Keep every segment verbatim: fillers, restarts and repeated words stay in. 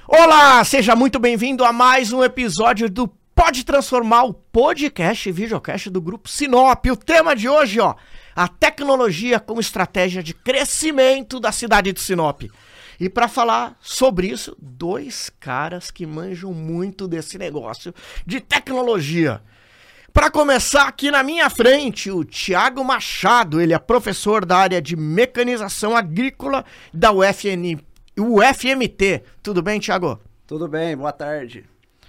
Olá, seja muito bem-vindo a mais um episódio do Pode Transformar, o podcast e videocast do Grupo Sinop. O tema de hoje, ó, a tecnologia como estratégia de crescimento da cidade de Sinop. E para falar sobre isso, dois caras que manjam muito desse negócio de tecnologia. Para começar, aqui na minha frente, o Thiago Machado, ele é professor da área de mecanização agrícola da U F N, U F M T. Tudo bem, Thiago? Tudo bem, boa tarde.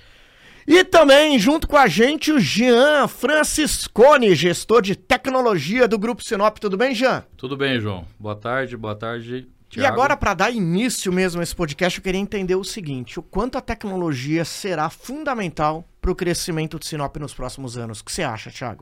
E também, junto com a gente, o Jean Franciscone, gestor de tecnologia do Grupo Sinop. Tudo bem, Jean? Tudo bem, João. Boa tarde, boa tarde, Thiago. E agora, para dar início mesmo a esse podcast, eu queria entender o seguinte: o quanto a tecnologia será fundamental para o crescimento de Sinop nos próximos anos. O que você acha, Thiago?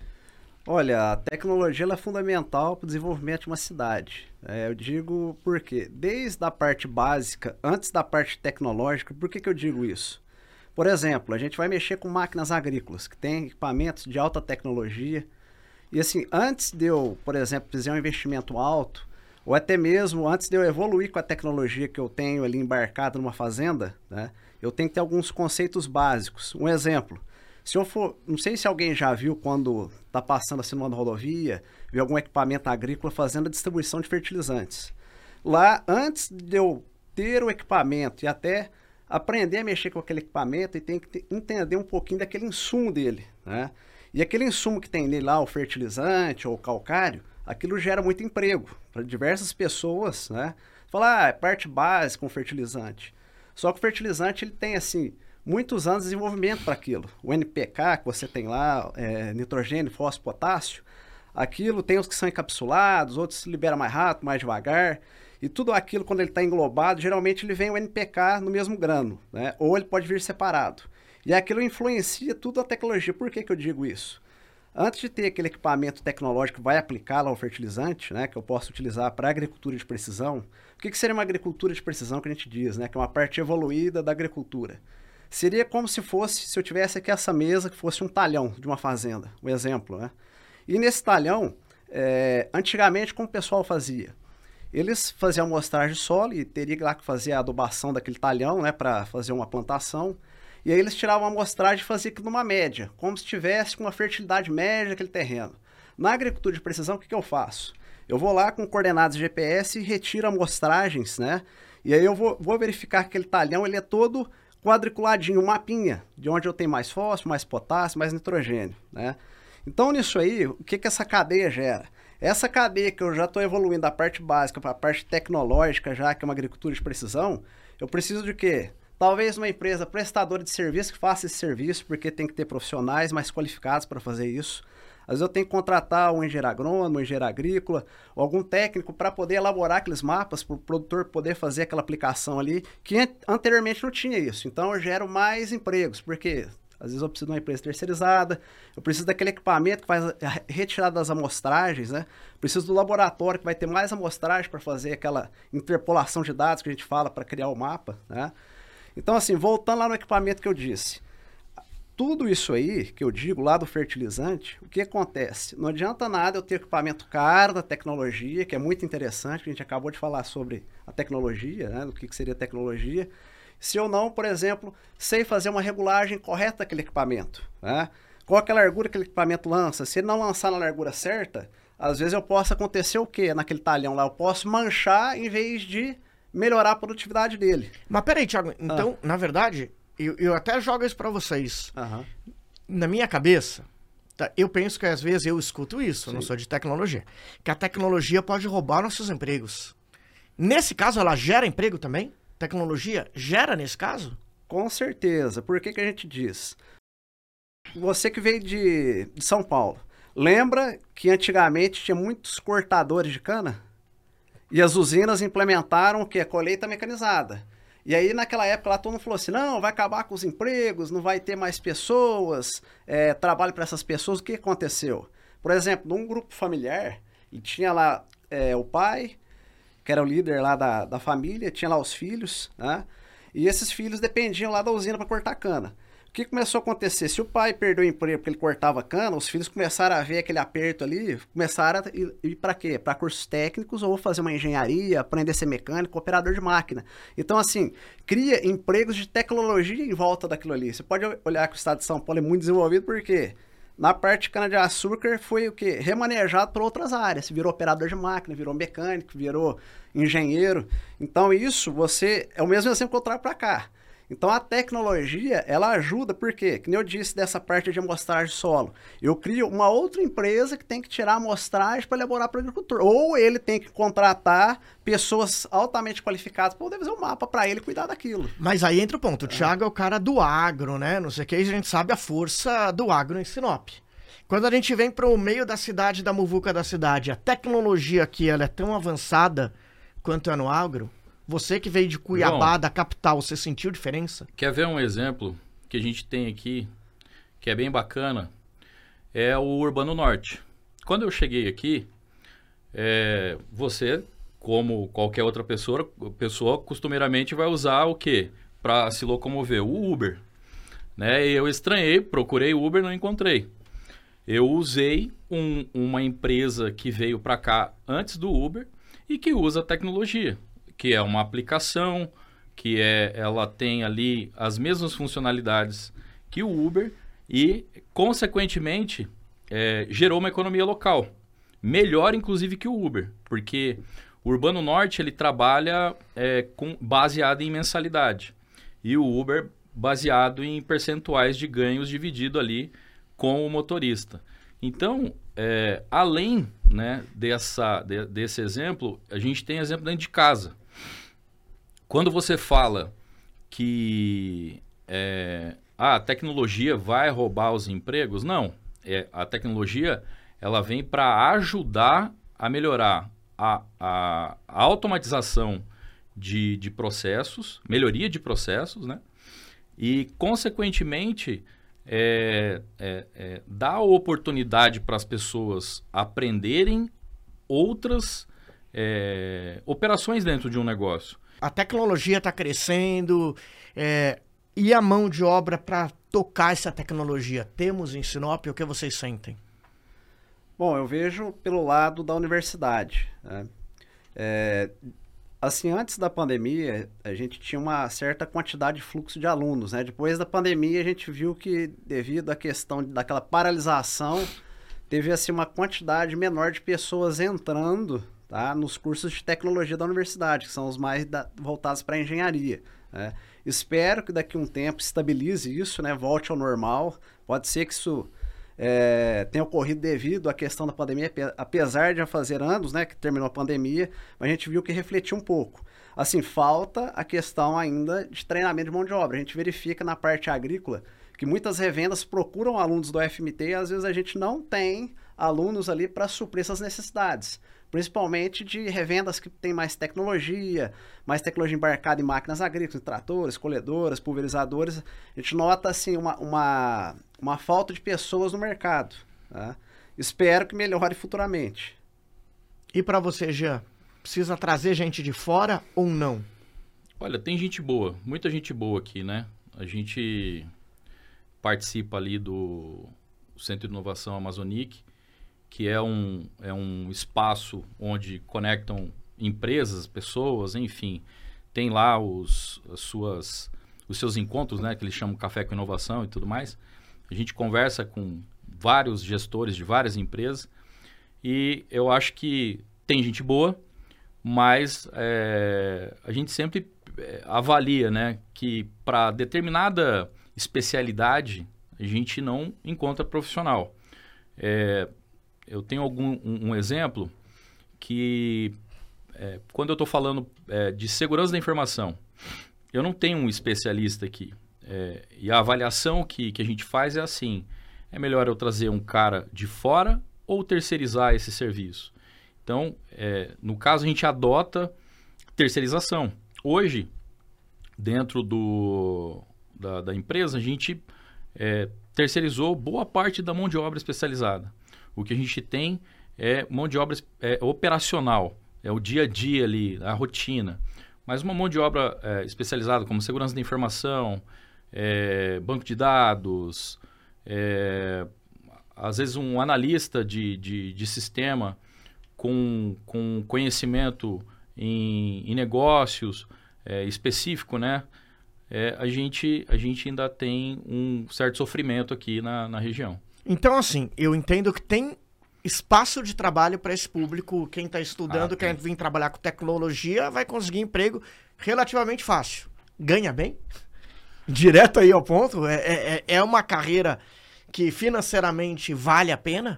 Olha, a tecnologia ela é fundamental para o desenvolvimento de uma cidade. É, eu digo por quê? Desde a parte básica, antes da parte tecnológica, por que, que eu digo isso? Por exemplo, a gente vai mexer com máquinas agrícolas, que têm equipamentos de alta tecnologia. E assim, antes de eu, por exemplo, fazer um investimento alto, ou até mesmo antes de eu evoluir com a tecnologia que eu tenho ali embarcado numa fazenda, né, eu tenho que ter alguns conceitos básicos. Um exemplo. Se eu for, não sei se alguém já viu quando está passando assim numa rodovia, viu algum equipamento agrícola fazendo a distribuição de fertilizantes. Lá, antes de eu ter o equipamento e até aprender a mexer com aquele equipamento, e tem que ter, entender um pouquinho daquele insumo dele, né? E aquele insumo que tem nele lá, o fertilizante ou o calcário, aquilo gera muito emprego para diversas pessoas, né? Falar, ah, é parte básica com fertilizante. Só que o fertilizante ele tem assim muitos anos de desenvolvimento para aquilo. O N P K que você tem lá, é, nitrogênio, fósforo, potássio, aquilo tem os que são encapsulados, outros se libera mais rápido, mais devagar, e tudo aquilo quando ele está englobado, geralmente ele vem o N P K no mesmo grano, né? Ou ele pode vir separado. E aquilo influencia tudo a tecnologia. Por que que eu digo isso? Antes de ter aquele equipamento tecnológico que vai aplicar lá o fertilizante, né, que eu posso utilizar para agricultura de precisão, o que que seria uma agricultura de precisão que a gente diz, né? Que é uma parte evoluída da agricultura. Seria como se fosse, se eu tivesse aqui essa mesa que fosse um talhão de uma fazenda, um exemplo, né? E nesse talhão, é, antigamente, como o pessoal fazia? Eles faziam amostragem de solo e teria lá que fazer a adubação daquele talhão, né, para fazer uma plantação. E aí eles tiravam a amostragem e faziam aquilo numa média, como se tivesse uma fertilidade média daquele terreno. Na agricultura de precisão, o que que eu faço? Eu vou lá com coordenadas G P S e retiro amostragens, né? E aí eu vou, vou verificar que aquele talhão ele é todo quadriculadinho, um mapinha, de onde eu tenho mais fósforo, mais potássio, mais nitrogênio, né? Então, nisso aí, o que que essa cadeia gera? Essa cadeia que eu já estou evoluindo da parte básica para a parte tecnológica, já que é uma agricultura de precisão, eu preciso de quê? Talvez uma empresa prestadora de serviço que faça esse serviço, porque tem que ter profissionais mais qualificados para fazer isso. Às vezes eu tenho que contratar um engenheiro agrônomo, um engenheiro agrícola, ou algum técnico para poder elaborar aqueles mapas, para o produtor poder fazer aquela aplicação ali, que anteriormente não tinha isso. Então eu gero mais empregos, porque às vezes eu preciso de uma empresa terceirizada, eu preciso daquele equipamento que faz a retirada das amostragens, né? Preciso do laboratório que vai ter mais amostragem para fazer aquela interpolação de dados que a gente fala para criar o mapa, né? Então assim, voltando lá no equipamento que eu disse, tudo isso aí que eu digo lá do fertilizante, o que acontece? Não adianta nada eu ter equipamento caro da tecnologia, que é muito interessante, que a gente acabou de falar sobre a tecnologia, né? Do que, que seria tecnologia, se eu não, por exemplo, sei fazer uma regulagem correta daquele equipamento, né? Qual é a largura que aquele equipamento lança? Se ele não lançar na largura certa, às vezes eu posso acontecer o quê naquele talhão lá? Eu posso manchar em vez de melhorar a produtividade dele. Mas peraí, Thiago, então, ah. na verdade, eu, eu até jogo isso pra vocês. Uhum. Na minha cabeça, tá, eu penso que às vezes eu escuto isso, eu não sou de tecnologia, que a tecnologia pode roubar nossos empregos. Nesse caso, ela gera emprego também? Tecnologia gera nesse caso? Com certeza. Por que que a gente diz? Você que veio de, de São Paulo, lembra que antigamente tinha muitos cortadores de cana? E as usinas implementaram o quê? A colheita mecanizada. E aí naquela época lá todo mundo falou assim, não, vai acabar com os empregos, não vai ter mais pessoas, é, trabalho para essas pessoas. O que aconteceu? Por exemplo, num grupo familiar, e tinha lá é, o pai, que era o líder lá da, da família, tinha lá os filhos, né? E esses filhos dependiam lá da usina para cortar cana. O que começou a acontecer? Se o pai perdeu o emprego porque ele cortava cana, os filhos começaram a ver aquele aperto ali, começaram a ir, ir para quê? Para cursos técnicos ou fazer uma engenharia, aprender a ser mecânico, operador de máquina. Então, assim, cria empregos de tecnologia em volta daquilo ali. Você pode olhar que o estado de São Paulo é muito desenvolvido, por quê? Na parte de cana-de-açúcar foi o quê? Remanejado para outras áreas. Virou operador de máquina, virou mecânico, virou engenheiro. Então, isso você é o mesmo exemplo que eu trago para cá. Então, a tecnologia, ela ajuda, por quê? Que nem eu disse dessa parte de amostragem de solo. Eu crio uma outra empresa que tem que tirar a amostragem para elaborar para o agricultor. Ou ele tem que contratar pessoas altamente qualificadas para poder fazer um mapa para ele cuidar daquilo. Mas aí entra o ponto. O Thiago é o cara do agro, né? Não sei o que, a gente sabe a força do agro em Sinop. Quando a gente vem para o meio da cidade, da muvuca da cidade, a tecnologia aqui ela é tão avançada quanto é no agro. Você que veio de Cuiabá, João, da capital, você sentiu diferença? Quer ver um exemplo que a gente tem aqui, que é bem bacana? É o Urbano Norte. Quando eu cheguei aqui, é, você, como qualquer outra pessoa, pessoa, costumeiramente vai usar o quê? Para se locomover? O Uber. Né? E eu estranhei, procurei Uber, não encontrei. Eu usei um, uma empresa que veio para cá antes do Uber e que usa tecnologia, que é uma aplicação, que é, ela tem ali as mesmas funcionalidades que o Uber e, consequentemente, é, gerou uma economia local. Melhor, inclusive, que o Uber, porque o Urbano Norte ele trabalha é, com, baseado em mensalidade e o Uber baseado em percentuais de ganhos dividido ali com o motorista. Então, é, além, né, dessa, de, desse exemplo, a gente tem exemplo dentro de casa. Quando você fala que é, ah, a tecnologia vai roubar os empregos, não. É, a tecnologia ela vem para ajudar a melhorar a, a, a automatização de, de processos, melhoria de processos, né? E, consequentemente, é, é, é, dá a oportunidade para as pessoas aprenderem outras é, operações dentro de um negócio. A tecnologia está crescendo, é, e a mão de obra para tocar essa tecnologia? Temos em Sinop? O que vocês sentem? Bom, eu vejo pelo lado da universidade, né? É, assim, antes da pandemia, a gente tinha uma certa quantidade de fluxo de alunos, né? Depois da pandemia, a gente viu que, devido à questão daquela paralisação, teve assim, uma quantidade menor de pessoas entrando, tá, nos cursos de tecnologia da universidade, que são os mais da, voltados para a engenharia, né? Espero que daqui a um tempo estabilize isso, né? Volte ao normal. Pode ser que isso é, tenha ocorrido devido à questão da pandemia, apesar de já fazer anos, né, que terminou a pandemia, mas a gente viu que refletiu um pouco. Assim, falta a questão ainda de treinamento de mão de obra. A gente verifica na parte agrícola que muitas revendas procuram alunos do F M T e às vezes a gente não tem alunos ali para suprir essas necessidades. Principalmente de revendas que tem mais tecnologia, mais tecnologia embarcada em máquinas agrícolas, tratores, colhedoras, pulverizadores. A gente nota assim, uma, uma, uma falta de pessoas no mercado, tá? Espero que melhore futuramente. E para você, Jean, precisa trazer gente de fora ou não? Olha, tem gente boa, muita gente boa aqui, né? A gente participa ali do Centro de Inovação Amazonic, que é um, é um espaço onde conectam empresas, pessoas, enfim. Tem lá os, as suas, os seus encontros, né, que eles chamam Café com Inovação e tudo mais. A gente conversa com vários gestores de várias empresas e eu acho que tem gente boa, mas é, a gente sempre avalia, né, que para determinada especialidade a gente não encontra profissional. É, eu tenho algum, um, um exemplo que, é, quando eu estou falando é, de segurança da informação, eu não tenho um especialista aqui. É, e a avaliação que, que a gente faz é assim, é melhor eu trazer um cara de fora ou terceirizar esse serviço? Então, é, no caso, a gente adota terceirização. Hoje, dentro do, da, da empresa, a gente é, terceirizou boa parte da mão de obra especializada. O que a gente tem é mão de obra é, operacional, é o dia a dia ali, a rotina. Mas uma mão de obra é, especializada como segurança da informação, é, banco de dados, é, às vezes um analista de, de, de sistema com, com conhecimento em, em negócios é, específico, né? É, a, gente, a gente ainda tem um certo sofrimento aqui na, na região. Então, assim, eu entendo que tem espaço de trabalho para esse público. Quem está estudando, Ah, quer vir trabalhar com tecnologia, vai conseguir emprego relativamente fácil. Ganha bem? Direto aí ao ponto? É, é, é uma carreira que financeiramente vale a pena?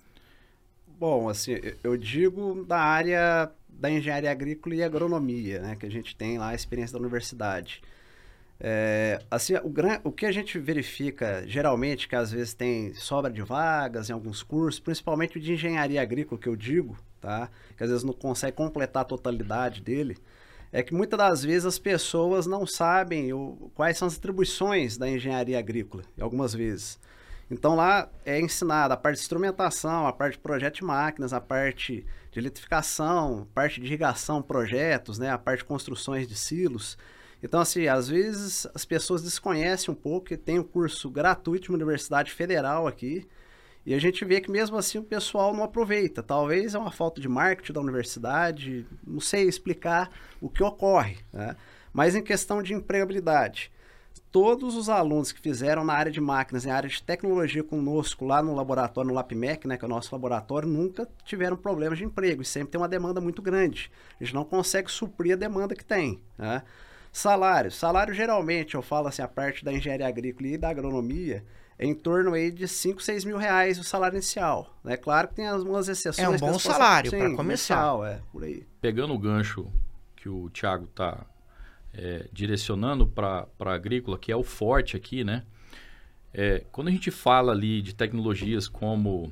Bom, assim, eu digo da área da engenharia agrícola e agronomia, né? Que a gente tem lá a experiência da universidade. É, assim, o, gran... o que a gente verifica, geralmente, que às vezes tem sobra de vagas em alguns cursos, principalmente o de engenharia agrícola, que eu digo, tá? Que às vezes não consegue completar a totalidade dele, é que muitas das vezes as pessoas não sabem o... quais são as atribuições da engenharia agrícola, algumas vezes. Então lá é ensinada a parte de instrumentação, a parte de projeto de máquinas, a parte de eletrificação, a parte de irrigação, projetos, né? A parte de construções de silos. Então, assim, às vezes as pessoas desconhecem um pouco que tem um curso gratuito de uma universidade federal aqui e a gente vê que mesmo assim o pessoal não aproveita. Talvez é uma falta de marketing da universidade, não sei explicar o que ocorre, né? Mas em questão de empregabilidade, todos os alunos que fizeram na área de máquinas, na área de tecnologia conosco lá no laboratório, no LabMec, né, que é o nosso laboratório, nunca tiveram problemas de emprego e sempre tem uma demanda muito grande. A gente não consegue suprir a demanda que tem, né? Salário. Salário, geralmente, eu falo assim, a parte da engenharia agrícola e da agronomia, é em torno aí de cinco, seis mil reais o salário inicial. É claro que tem algumas exceções. É um bom salário para começar. Inicial, é, por aí. Pegando o gancho que o Thiago está é, direcionando para a agrícola, que é o forte aqui, né? É, quando a gente fala ali de tecnologias como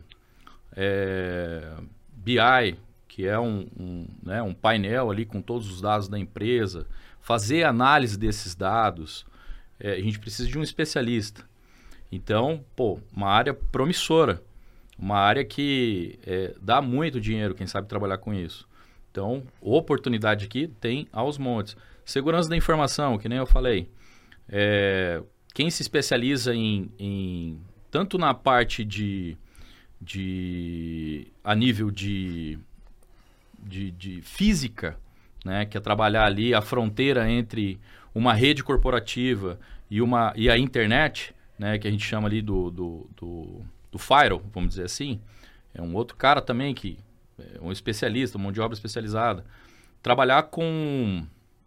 é, B I, que é um, um, né, um painel ali com todos os dados da empresa, fazer análise desses dados, é, a gente precisa de um especialista. Então, pô, uma área promissora, uma área que é, dá muito dinheiro, quem sabe trabalhar com isso. Então, oportunidade aqui tem aos montes. Segurança da informação, que nem eu falei. É, quem se especializa em, em tanto na parte de, de a nível de, de, de física, né, que é trabalhar ali a fronteira entre uma rede corporativa e, uma, e a internet, né, que a gente chama ali do, do, do, do firewall, vamos dizer assim. É um outro cara também que é um especialista, mão de obra especializada. Trabalhar com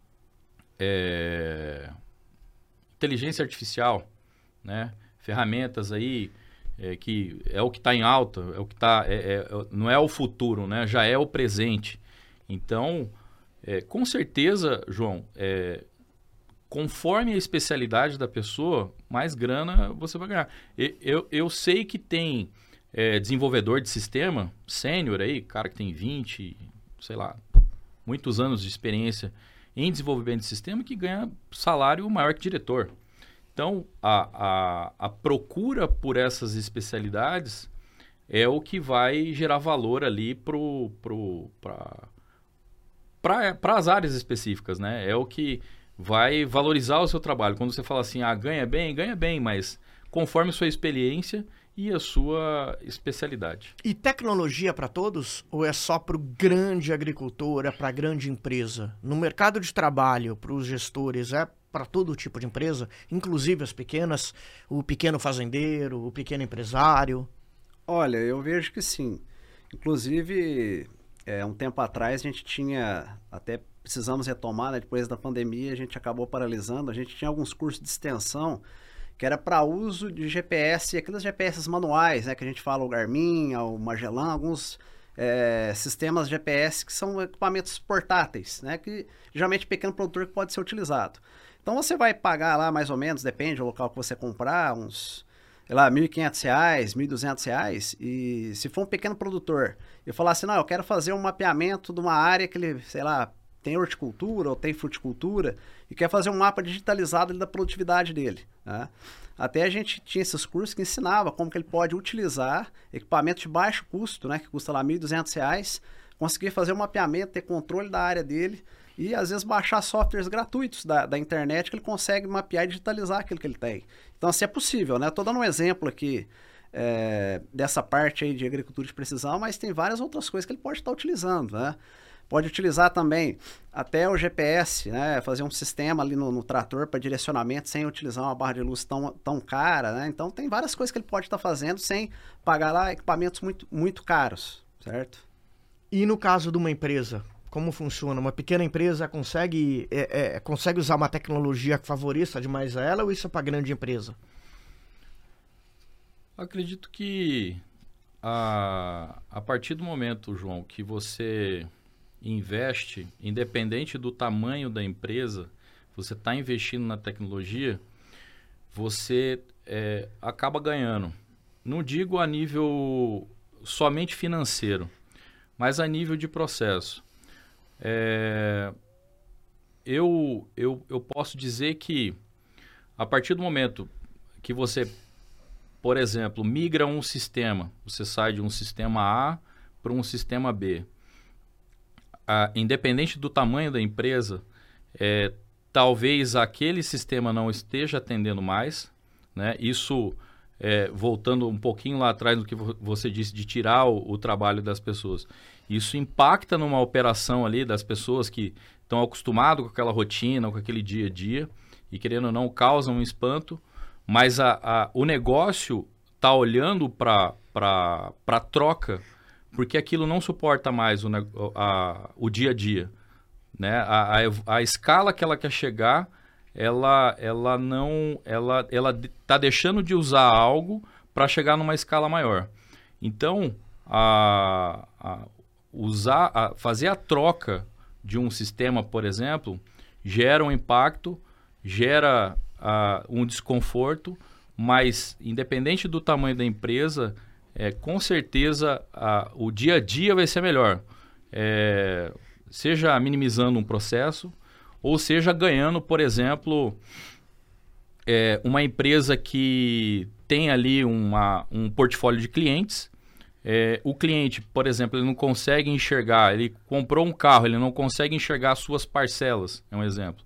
é, inteligência artificial, né, ferramentas aí é, que é o que está em alta, é o que tá, é, é, não é o futuro, né, já é o presente. Então, É, com certeza, João, é, conforme a especialidade da pessoa, mais grana você vai ganhar. E, eu, eu sei que tem é, desenvolvedor de sistema, sênior aí, cara que tem vinte, sei lá, muitos anos de experiência em desenvolvimento de sistema que ganha salário maior que diretor. Então, a, a, a procura por essas especialidades é o que vai gerar valor ali para pro, pro, para as áreas específicas, né? É o que vai valorizar o seu trabalho. Quando você fala assim, ah, ganha bem, ganha bem, mas conforme sua experiência e a sua especialidade. E tecnologia para todos? Ou é só para o grande agricultor, é para a grande empresa? No mercado de trabalho, para os gestores, é para todo tipo de empresa? Inclusive as pequenas, o pequeno fazendeiro, o pequeno empresário? Olha, eu vejo que sim. Inclusive... É, um tempo atrás a gente tinha, até precisamos retomar, né, depois da pandemia a gente acabou paralisando, a gente tinha alguns cursos de extensão que era para uso de G P S, aqueles G P S manuais, né, que a gente fala o Garmin, o Magellan, alguns é, sistemas G P S que são equipamentos portáteis, né, que geralmente pequeno produtor que pode ser utilizado. Então você vai pagar lá mais ou menos, depende do local que você comprar, uns... sei lá, mil e quinhentos reais, mil e duzentos reais, e se for um pequeno produtor, eu falar assim, não, eu quero fazer um mapeamento de uma área que ele, sei lá, tem horticultura ou tem fruticultura, e quer fazer um mapa digitalizado da produtividade dele, né? Até a gente tinha esses cursos que ensinava como que ele pode utilizar equipamento de baixo custo, né, que custa lá mil e duzentos reais, conseguir fazer um mapeamento, ter controle da área dele, e às vezes baixar softwares gratuitos da, da internet que ele consegue mapear e digitalizar aquilo que ele tem. Então, assim, é possível, né? Estou dando um exemplo aqui é, dessa parte aí de agricultura de precisão, mas tem várias outras coisas que ele pode estar utilizando, né? Pode utilizar também até o G P S, né? Fazer um sistema ali no, no trator para direcionamento sem utilizar uma barra de luz tão, tão cara, né? Então, tem várias coisas que ele pode estar fazendo sem pagar lá equipamentos muito, muito caros, certo? E no caso de uma empresa, como funciona? Uma pequena empresa consegue, é, é, consegue usar uma tecnologia que favoreça demais a ela ou isso é para grande empresa? Acredito que a, a partir do momento, João, que você investe, independente do tamanho da empresa, você está investindo na tecnologia, você é, acaba ganhando. Não digo a nível somente financeiro, mas a nível de processo. É, eu, eu, eu posso dizer que a partir do momento que você, por exemplo, migra um sistema, você sai de um sistema A para um sistema B, a, independente do tamanho da empresa, é, talvez aquele sistema não esteja atendendo mais, né? Isso, é, voltando um pouquinho lá atrás do que você disse de tirar o, o trabalho das pessoas. Isso impacta numa operação ali das pessoas que estão acostumadas com aquela rotina, com aquele dia a dia, e querendo ou não, causam um espanto, mas a, a, o negócio está olhando para a troca, porque aquilo não suporta mais o, a, o dia a dia. Né? A, a, a escala que ela quer chegar, ela, ela não, ela, ela está deixando de usar algo para chegar numa escala maior. Então, a, a, usar, a, fazer a troca de um sistema, por exemplo, gera um impacto, gera a, um desconforto, mas independente do tamanho da empresa, é, com certeza a, o dia a dia vai ser melhor. É, seja minimizando um processo, ou seja ganhando, por exemplo, é, uma empresa que tem ali uma, um portfólio de clientes. É, o cliente, por exemplo, ele não consegue enxergar, ele comprou um carro, ele não consegue enxergar as suas parcelas, é um exemplo.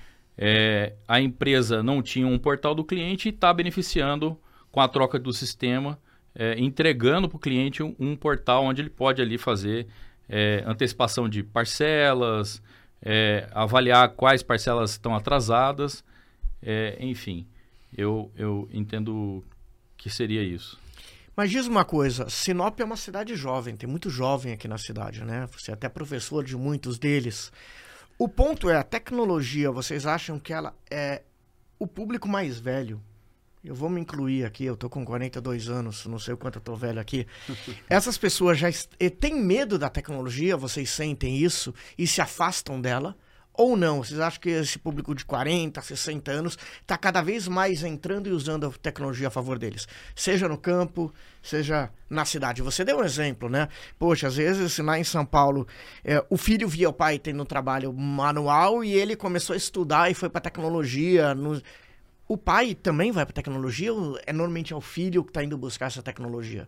É, a empresa não tinha um portal do cliente e está beneficiando com a troca do sistema, é, entregando para o cliente um, um portal onde ele pode ali fazer é, antecipação de parcelas, é, avaliar quais parcelas estão atrasadas, é, enfim, eu, eu entendo que seria isso. Mas diz uma coisa, Sinop é uma cidade jovem, tem muito jovem aqui na cidade, né? Você é até professor de muitos deles. O ponto é, a tecnologia, vocês acham que ela é o público mais velho? Eu vou me incluir aqui, eu tô com quarenta e dois anos, não sei o quanto eu tô velho aqui. Essas pessoas já têm medo da tecnologia, vocês sentem isso e se afastam dela? Ou não? Vocês acham que esse público de quarenta, sessenta anos está cada vez mais entrando e usando a tecnologia a favor deles? Seja no campo, seja na cidade. Você deu um exemplo, né? Poxa, às vezes lá em São Paulo, é, o filho via o pai tendo um trabalho manual e ele começou a estudar e foi para tecnologia. No... O pai também vai para tecnologia ou é normalmente é o filho que está indo buscar essa tecnologia?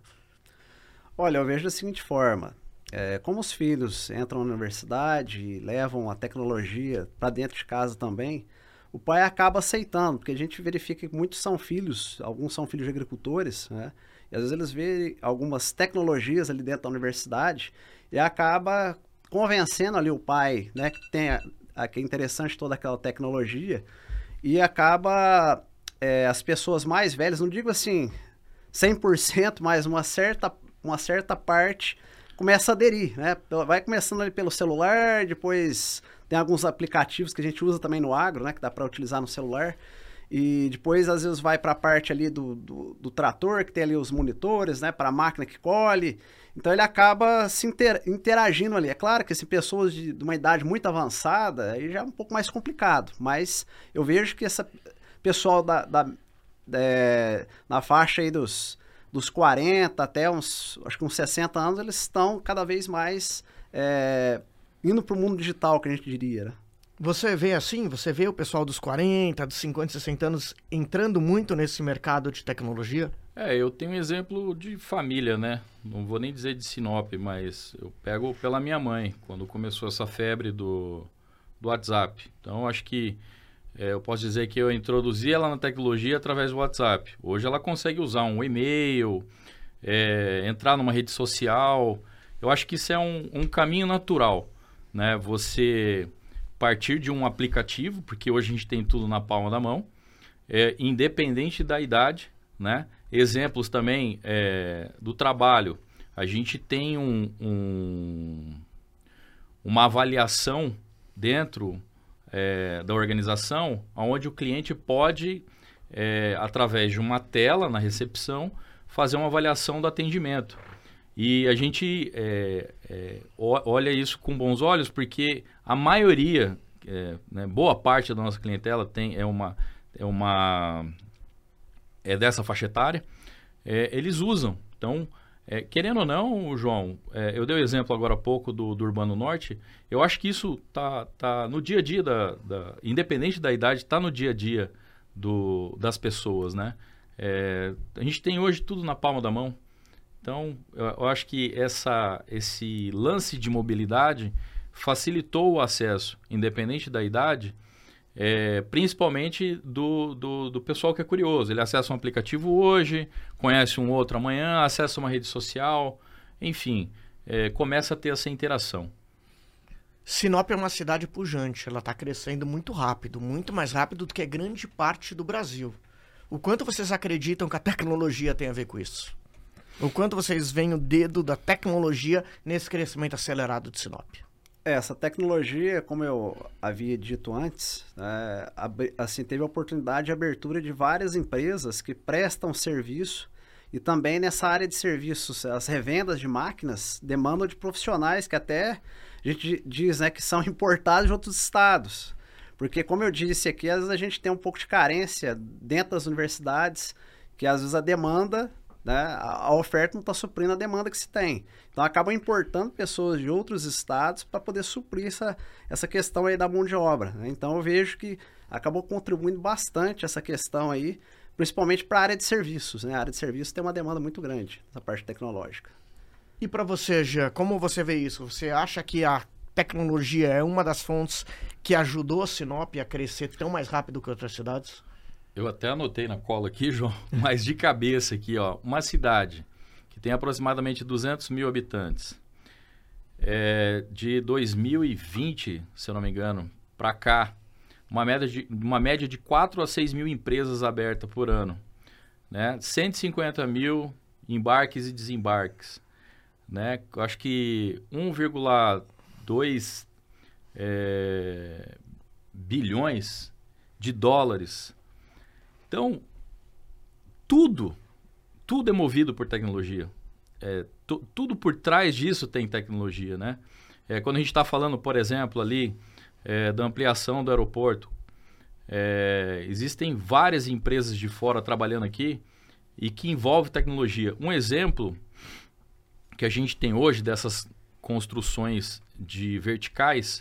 Olha, eu vejo da seguinte forma. É, como os filhos entram na universidade e levam a tecnologia para dentro de casa também, o pai acaba aceitando, porque a gente verifica que muitos são filhos, alguns são filhos de agricultores, né? E às vezes eles veem algumas tecnologias ali dentro da universidade e acaba convencendo ali o pai, né, que tem a, a, que é interessante toda aquela tecnologia, e acaba é, as pessoas mais velhas, não digo assim cem por cento, mas uma certa, uma certa parte começa a aderir, né? Vai começando ali pelo celular, depois tem alguns aplicativos que a gente usa também no agro, né? Que dá para utilizar no celular. E depois, às vezes, vai para a parte ali do, do, do trator, que tem ali os monitores, né? Para a máquina que colhe. Então, ele acaba se inter, interagindo ali. É claro que se pessoas de, de uma idade muito avançada, aí já é um pouco mais complicado. Mas eu vejo que esse pessoal da, da, é, na faixa aí dos... dos quarenta até uns, acho que uns sessenta anos, eles estão cada vez mais é, indo para o mundo digital, que a gente diria, né? Você vê assim, você vê o pessoal dos quarenta, dos cinquenta, sessenta anos entrando muito nesse mercado de tecnologia? É, eu tenho um exemplo de família, né? Não vou nem dizer de Sinop, mas eu pego pela minha mãe. Quando começou essa febre do, do WhatsApp. Então, acho que é, eu posso dizer que eu introduzi ela na tecnologia através do WhatsApp. Hoje ela consegue usar um e-mail, é, entrar numa rede social. Eu acho que isso é um, um caminho natural, né? Você partir de um aplicativo, porque hoje a gente tem tudo na palma da mão, é, independente da idade, né? Exemplos também é, do trabalho. A gente tem um, um, uma avaliação dentro é, da organização, onde o cliente pode, é, através de uma tela na recepção, fazer uma avaliação do atendimento. E a gente é, é, olha isso com bons olhos, porque a maioria, é, né, boa parte da nossa clientela tem, é, uma, é, uma, é dessa faixa etária, é, eles usam. Então, é, querendo ou não, João, é, eu dei o exemplo agora há pouco do, do Urbano Norte, eu acho que isso está tá no dia a dia, da, da, independente da idade, está no dia a dia do, das pessoas, né? É, a gente tem hoje tudo na palma da mão. Então, eu, eu acho que essa, esse lance de mobilidade facilitou o acesso, independente da idade, é, principalmente do, do, do pessoal que é curioso. Ele acessa um aplicativo hoje, conhece um outro amanhã, acessa uma rede social, enfim, é, começa a ter essa interação. Sinop é uma cidade pujante, ela está crescendo muito rápido, muito mais rápido do que grande parte do Brasil. O quanto vocês acreditam que a tecnologia tem a ver com isso? O quanto vocês veem o dedo da tecnologia nesse crescimento acelerado de Sinop? Essa tecnologia, como eu havia dito antes, é, assim, teve a oportunidade de abertura de várias empresas que prestam serviço, e também nessa área de serviços, as revendas de máquinas demandam de profissionais que até a gente diz, né, que são importados de outros estados. Porque, como eu disse aqui, às vezes a gente tem um pouco de carência dentro das universidades, que às vezes a demanda, né, a oferta não está suprindo a demanda que se tem. Então, acabam importando pessoas de outros estados para poder suprir essa, essa questão aí da mão de obra, né? Então, eu vejo que acabou contribuindo bastante essa questão aí, principalmente para a área de serviços, né? A área de serviços tem uma demanda muito grande, essa parte tecnológica. E para você, Jean, como você vê isso? Você acha que a tecnologia é uma das fontes que ajudou a Sinop a crescer tão mais rápido que outras cidades? Eu até anotei na cola aqui, João, mas de cabeça aqui, ó, uma cidade que tem aproximadamente duzentos mil habitantes, é, de dois mil e vinte, se eu não me engano, para cá, uma média, de, uma média de quatro a seis mil empresas abertas por ano, né? cento e cinquenta mil embarques e desembarques, né? Eu acho que um vírgula dois é, bilhões de dólares. Então, tudo, tudo é movido por tecnologia. É, tu, tudo por trás disso tem tecnologia, né? É, quando a gente está falando, por exemplo, ali é, da ampliação do aeroporto, é, existem várias empresas de fora trabalhando aqui e que envolve tecnologia. Um exemplo que a gente tem hoje dessas construções de verticais,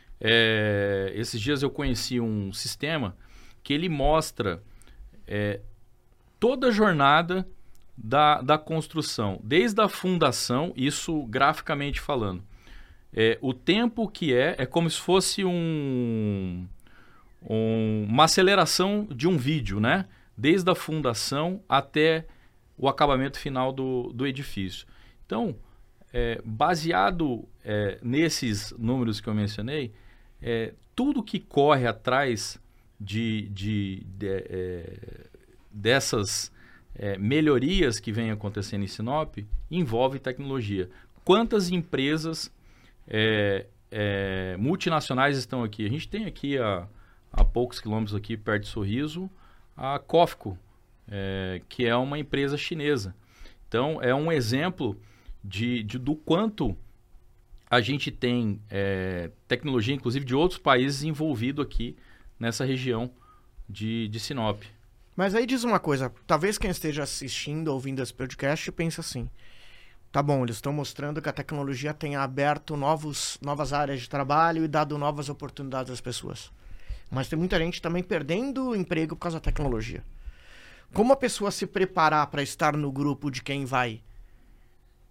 é, esses dias eu conheci um sistema que ele mostra É, toda a jornada da, da construção, desde a fundação, isso graficamente falando. É, o tempo que é, é como se fosse um, um, uma aceleração de um vídeo, né? Desde a fundação até o acabamento final do, do edifício. Então, é, baseado é, nesses números que eu mencionei, é, tudo que corre atrás de, de, de é, dessas é, melhorias que vêm acontecendo em Sinop envolve tecnologia. Quantas empresas é, é, multinacionais estão aqui? A gente tem aqui a, a poucos quilômetros aqui perto de Sorriso a Cofco, é, que é uma empresa chinesa. Então é um exemplo de, de do quanto a gente tem é, tecnologia, inclusive de outros países envolvido aqui nessa região de, de Sinop. Mas aí diz uma coisa, talvez quem esteja assistindo, ouvindo esse podcast, pense assim, tá bom, eles estão mostrando que a tecnologia tem aberto novos, novas áreas de trabalho e dado novas oportunidades às pessoas. Mas tem muita gente também perdendo o emprego por causa da tecnologia. Como a pessoa se preparar para estar no grupo de quem vai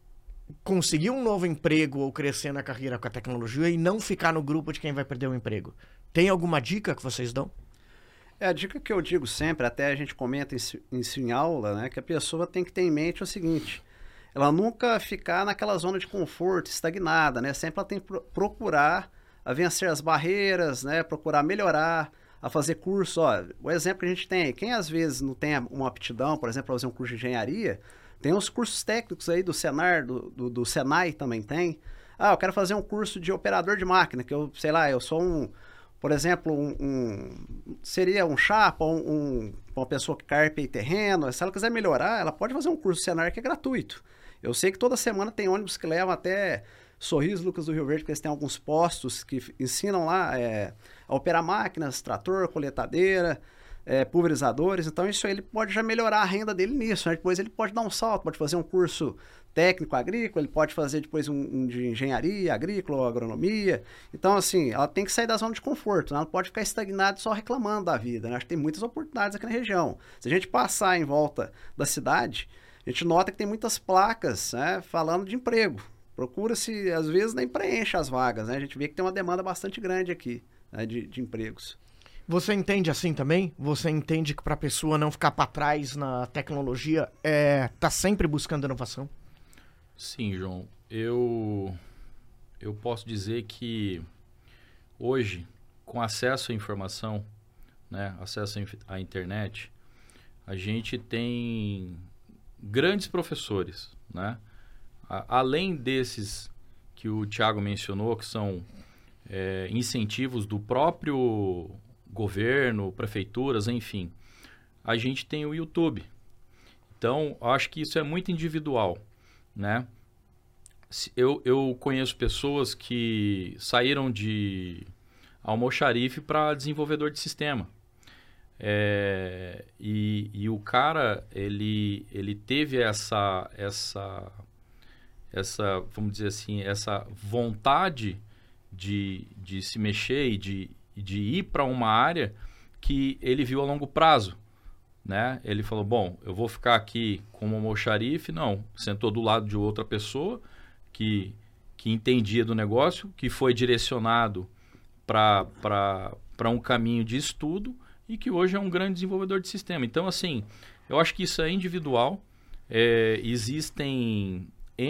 conseguir um novo emprego ou crescer na carreira com a tecnologia e não ficar no grupo de quem vai perder o emprego? Tem alguma dica que vocês dão? É, a dica que eu digo sempre, até a gente comenta isso, isso em aula, né, que a pessoa tem que ter em mente o seguinte, ela nunca ficar naquela zona de conforto, estagnada, né, sempre ela tem que pro- procurar a vencer as barreiras, né, procurar melhorar, a fazer curso, ó, o exemplo que a gente tem, quem às vezes não tem uma aptidão, por exemplo, para fazer um curso de engenharia, tem os cursos técnicos aí do Senar, do, do, do Senai também tem. Ah, eu quero fazer um curso de operador de máquina, que eu, sei lá, eu sou um, por exemplo, um, um seria um chapa, um, um, uma pessoa que carpe terreno, se ela quiser melhorar, ela pode fazer um curso do Senar que é gratuito. Eu sei que toda semana tem ônibus que levam até Sorriso, Lucas do Rio Verde, que eles têm alguns postos que ensinam lá é, a operar máquinas, trator, coletadeira, é, pulverizadores. Então isso aí ele pode já melhorar a renda dele nisso, né? Depois ele pode dar um salto, pode fazer um curso técnico agrícola, ele pode fazer depois um, um de engenharia agrícola ou agronomia. Então assim, ela tem que sair da zona de conforto, né? Ela não pode ficar estagnada só reclamando da vida, né? Acho que tem muitas oportunidades aqui na região. Se a gente passar em volta da cidade, a gente nota que tem muitas placas, né, falando de emprego. Procura-se, às vezes, nem preenche as vagas, né? A gente vê que tem uma demanda bastante grande aqui, né, de, de empregos. Você entende assim também? Você entende que para a pessoa não ficar para trás na tecnologia, é tá sempre buscando inovação? Sim, João. Eu, eu posso dizer que hoje, com acesso à informação, né, acesso à internet, a gente tem grandes professores, né? Além desses que o Thiago mencionou, que são é, incentivos do próprio governo, prefeituras, enfim, a gente tem o YouTube. Então, acho que isso é muito individual, né? Eu, eu conheço pessoas que saíram de almoxarife para desenvolvedor de sistema. É, e, e o cara, ele, ele teve essa... essa essa, vamos dizer assim, essa vontade de, de se mexer e de, de ir para uma área que ele viu a longo prazo, né? Ele falou, bom, eu vou ficar aqui como almoxarife, não, sentou do lado de outra pessoa que, que entendia do negócio, que foi direcionado para um caminho de estudo e que hoje é um grande desenvolvedor de sistema. Então, assim, eu acho que isso é individual, é, existem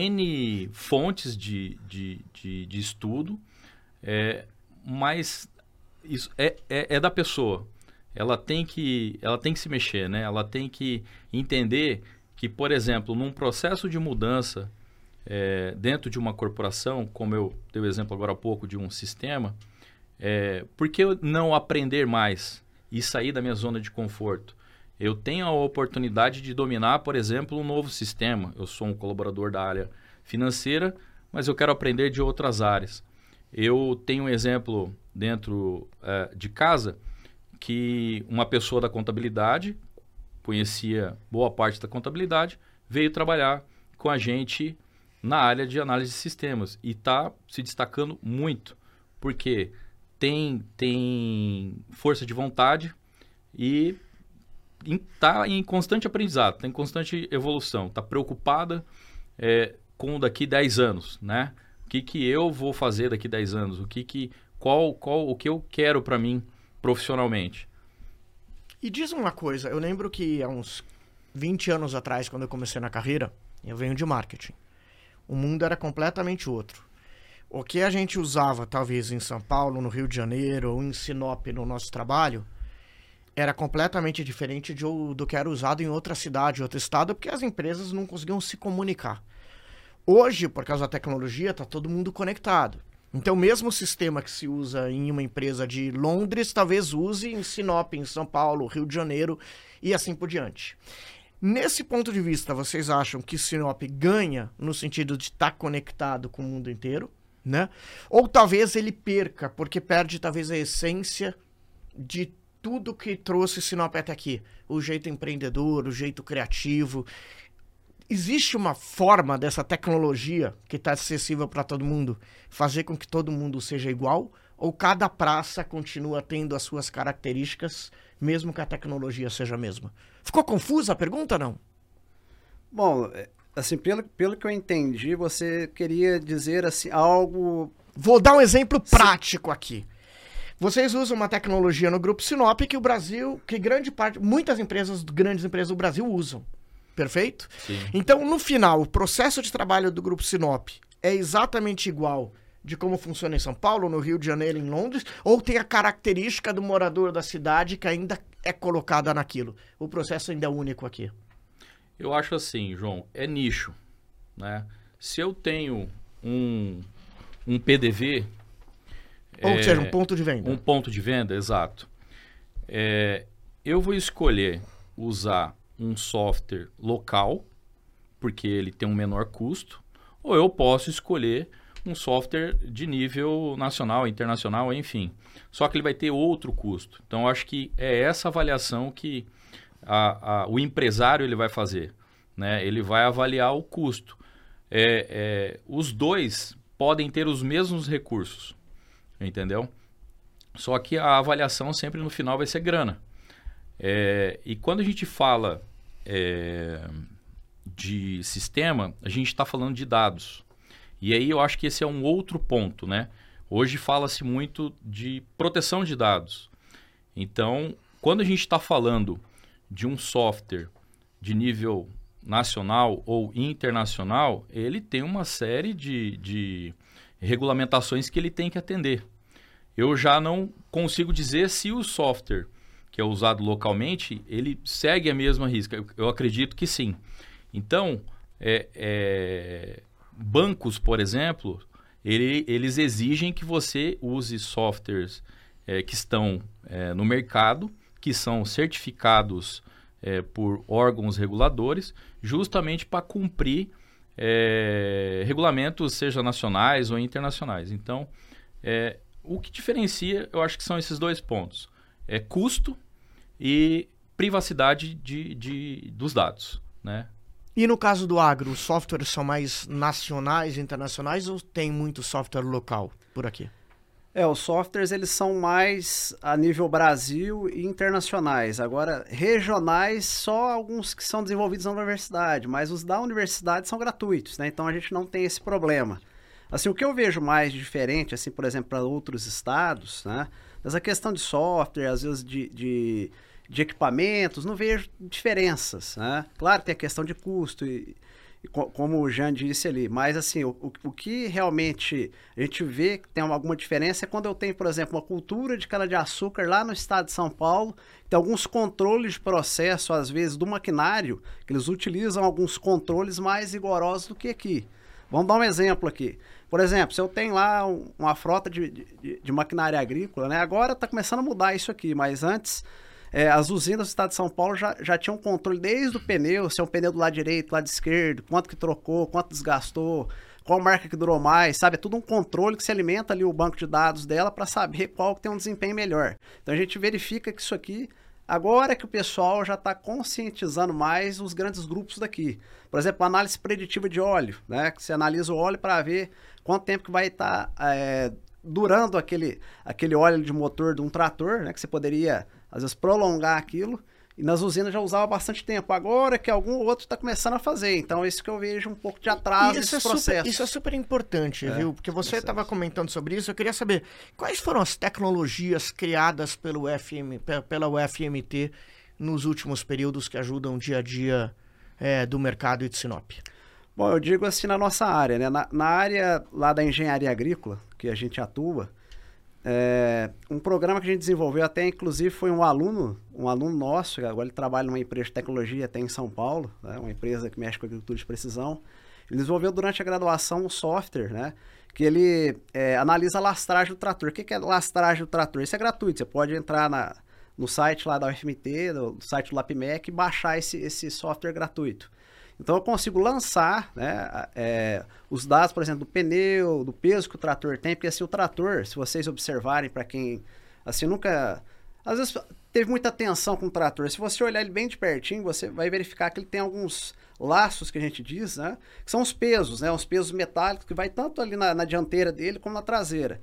N fontes de, de, de, de estudo, é, mas isso é, é, é da pessoa. Ela tem, que, ela tem que se mexer, né? Ela tem que entender que, por exemplo, num processo de mudança é, dentro de uma corporação, como eu dei o exemplo agora há pouco de um sistema, é, por que eu não aprender mais e sair da minha zona de conforto? Eu tenho a oportunidade de dominar, por exemplo, um novo sistema. Eu sou um colaborador da área financeira, mas eu quero aprender de outras áreas. Eu tenho um exemplo dentro uh, de casa que uma pessoa da contabilidade, conhecia boa parte da contabilidade, veio trabalhar com a gente na área de análise de sistemas e está se destacando muito, porque tem, tem força de vontade e está em constante aprendizado, está em constante evolução, está preocupada é, com daqui dez anos, né? O que, que eu vou fazer daqui dez anos? O que, que, qual, qual, o que eu quero para mim profissionalmente? E diz uma coisa, eu lembro que há uns vinte anos atrás, quando eu comecei na carreira, eu venho de marketing. O mundo era completamente outro. O que a gente usava, talvez, em São Paulo, no Rio de Janeiro, ou em Sinop, no nosso trabalho, era completamente diferente de, do que era usado em outra cidade, outro estado, porque as empresas não conseguiam se comunicar. Hoje, por causa da tecnologia, está todo mundo conectado. Então, mesmo o sistema que se usa em uma empresa de Londres, talvez use em Sinop, em São Paulo, Rio de Janeiro e assim por diante. Nesse ponto de vista, vocês acham que Sinop ganha no sentido de estar conectado com o mundo inteiro, né? Ou talvez ele perca, porque perde talvez a essência de tudo que trouxe Sinop até aqui. O jeito empreendedor, o jeito criativo. Existe uma forma dessa tecnologia que está acessível para todo mundo fazer com que todo mundo seja igual? Ou cada praça continua tendo as suas características, mesmo que a tecnologia seja a mesma? Ficou confusa a pergunta, não? Bom, Assim, pelo, pelo que eu entendi, você queria dizer assim, algo... Vou dar um exemplo prático aqui. Vocês usam uma tecnologia no Grupo Sinop que o Brasil, que grande parte, muitas empresas, grandes empresas do Brasil usam. Perfeito? Sim. Então, no final, o processo de trabalho do Grupo Sinop é exatamente igual de como funciona em São Paulo, no Rio de Janeiro, em Londres, ou tem a característica do morador da cidade que ainda é colocada naquilo? O processo ainda é único aqui. Eu acho assim, João, é nicho, né? Se eu tenho um, um P D V... Ou é, seja, um ponto de venda. Um ponto de venda, exato. É, eu vou escolher usar um software local, porque ele tem um menor custo, ou eu posso escolher um software de nível nacional, internacional, enfim. Só que ele vai ter outro custo. Então, eu acho que é essa avaliação que a, a, o empresário ele vai fazer, né? Ele vai avaliar o custo. É, é, os dois podem ter os mesmos recursos, entendeu? Só que a avaliação sempre no final vai ser grana. É, e quando a gente fala é, de sistema, a gente está falando de dados. E aí eu acho que esse é um outro ponto, né? Hoje fala-se muito de proteção de dados. Então, quando a gente está falando de um software de nível nacional ou internacional, ele tem uma série de, de regulamentações que ele tem que atender. Eu já não consigo dizer se o software que é usado localmente, ele segue a mesma risca. Eu, eu acredito que sim. Então, é, é, bancos, por exemplo, ele, eles exigem que você use softwares é, que estão é, no mercado, que são certificados é, por órgãos reguladores, justamente para cumprir é, regulamentos, seja nacionais ou internacionais. Então, é, o que diferencia, eu acho que são esses dois pontos. É custo e privacidade de, de, dos dados, né? E no caso do agro, os softwares são mais nacionais, internacionais ou tem muito software local por aqui? É, os softwares eles são mais a nível Brasil e internacionais. Agora, regionais, só alguns que são desenvolvidos na universidade, mas os da universidade são gratuitos, né? Então a gente não tem esse problema. Assim, o que eu vejo mais diferente, assim, por exemplo, para outros estados, né? Essa questão de software, às vezes de, de, de equipamentos, não vejo diferenças, né? Claro, tem a questão de custo, e, e co como o Jean disse ali, mas assim, o, o, o que realmente a gente vê que tem uma, alguma diferença é quando eu tenho, por exemplo, uma cultura de cana-de-açúcar lá no estado de São Paulo, tem alguns controles de processo, às vezes, do maquinário, que eles utilizam alguns controles mais rigorosos do que aqui. Vamos dar um exemplo aqui. Por exemplo, se eu tenho lá um, uma frota de, de, de maquinária agrícola, né? Agora está começando a mudar isso aqui, mas antes é, as usinas do estado de São Paulo já, já tinham controle desde o pneu, se é um pneu do lado direito, lado esquerdo, quanto que trocou, quanto desgastou, qual marca que durou mais, sabe? É tudo um controle que se alimenta ali o banco de dados dela para saber qual que tem um desempenho melhor. Então a gente verifica que isso aqui, agora que o pessoal já está conscientizando mais os grandes grupos daqui. Por exemplo, a análise preditiva de óleo, né? Que você analisa o óleo para ver quanto tempo que vai estar tá, é, durando aquele, aquele óleo de motor de um trator, né? Que você poderia, às vezes, prolongar aquilo. E nas usinas já usava bastante tempo. Agora que algum outro está começando a fazer. Então, isso que eu vejo um pouco de atraso nesse é processo. Isso é super importante, É, viu? Porque você estava comentando sobre isso. Eu queria saber quais foram as tecnologias criadas pelo F M, pela U F M T nos últimos períodos que ajudam o dia a dia é, do mercado e de Sinop. Bom, eu digo assim na nossa área, né? Na, na área lá da engenharia agrícola, que a gente atua, é, um programa que a gente desenvolveu até, inclusive, foi um aluno, um aluno nosso, agora ele trabalha numa empresa de tecnologia até em São Paulo, né? Uma empresa que mexe com agricultura de precisão. Ele desenvolveu durante a graduação um software, né? Que ele é, analisa a lastragem do trator. O que, que é lastragem do trator? Isso é gratuito, você pode entrar na, no site lá da U F M T, no site do LAPMEC, e baixar esse, esse software gratuito. Então eu consigo lançar, né, é, os dados, por exemplo, do pneu, do peso que o trator tem, porque assim o trator, se vocês observarem, para quem assim nunca, às vezes teve muita atenção com o trator, se você olhar ele bem de pertinho, você vai verificar que ele tem alguns laços que a gente diz, né, que são os pesos, né, os pesos metálicos que vai tanto ali na, na dianteira dele como na traseira.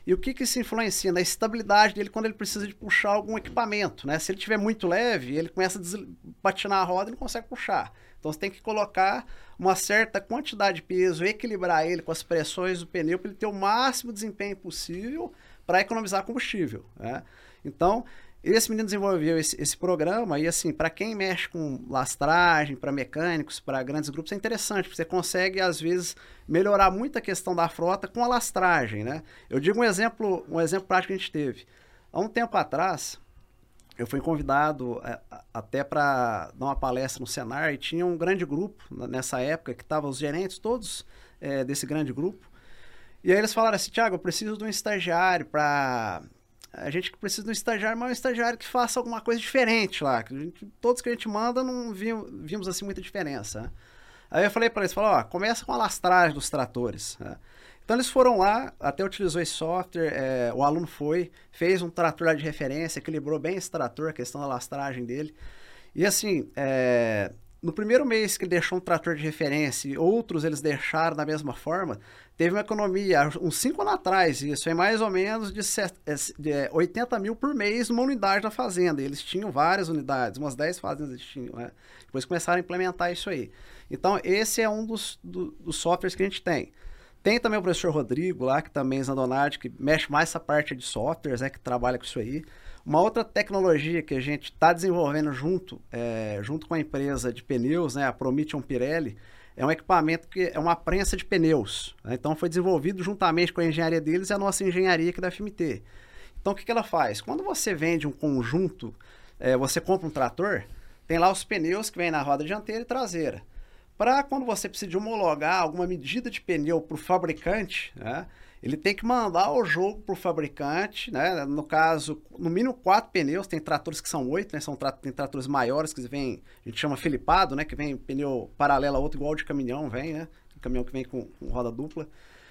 E o que, que isso influencia? Na estabilidade dele quando ele precisa de puxar algum equipamento, né? Se ele estiver muito leve, ele começa a des... patinar a roda e não consegue puxar. Então você tem que colocar uma certa quantidade de peso, equilibrar ele com as pressões do pneu para ele ter o máximo desempenho possível para economizar combustível, né? Então, esse menino desenvolveu esse, esse programa e, assim, para quem mexe com lastragem, para mecânicos, para grandes grupos, é interessante, porque você consegue, às vezes, melhorar muito a questão da frota com a lastragem, né? Eu digo um exemplo, um exemplo prático que a gente teve. Há um tempo atrás, eu fui convidado é, até para dar uma palestra no Senar e tinha um grande grupo, nessa época, que estavam os gerentes todos é, desse grande grupo. E aí eles falaram assim, Thiago, eu preciso de um estagiário para... A gente precisa de um estagiário, mas um estagiário que faça alguma coisa diferente lá. Que a gente, todos que a gente manda não vimos, vimos assim muita diferença, né? Aí eu falei para eles, falei, ó, começa com a lastragem dos tratores, né? Então eles foram lá, até utilizou esse software, é, o aluno foi, fez um trator lá de referência, equilibrou bem esse trator, a questão da lastragem dele. E assim, é, no primeiro mês que ele deixou um trator de referência e outros eles deixaram da mesma forma, teve uma economia, uns cinco anos atrás, isso é mais ou menos de, de oitenta mil por mês numa unidade da fazenda. E eles tinham várias unidades, umas dez fazendas eles tinham, né? Depois começaram a implementar isso aí. Então, esse é um dos, do, dos softwares que a gente tem. Tem também o professor Rodrigo lá, que também é Zandonati, que mexe mais essa parte de softwares, né, que trabalha com isso aí. Uma outra tecnologia que a gente está desenvolvendo junto, é, junto com a empresa de pneus, né, a Prometheon Pirelli, é um equipamento que é uma prensa de pneus, né? Então foi desenvolvido juntamente com a engenharia deles e a nossa engenharia aqui da F M T. Então o que, que ela faz? Quando você vende um conjunto, é, você compra um trator, tem lá os pneus que vêm na roda dianteira e traseira. Para quando você precisa de homologar alguma medida de pneu para o fabricante, né, ele tem que mandar o jogo para o fabricante, né? No caso, no mínimo quatro pneus, tem tratores que são oito, né? São tra tem tratores maiores que vem, a gente chama felipado, né? Que vem pneu paralelo a outro, igual de caminhão, vem, né? Caminhão que vem com, com roda dupla.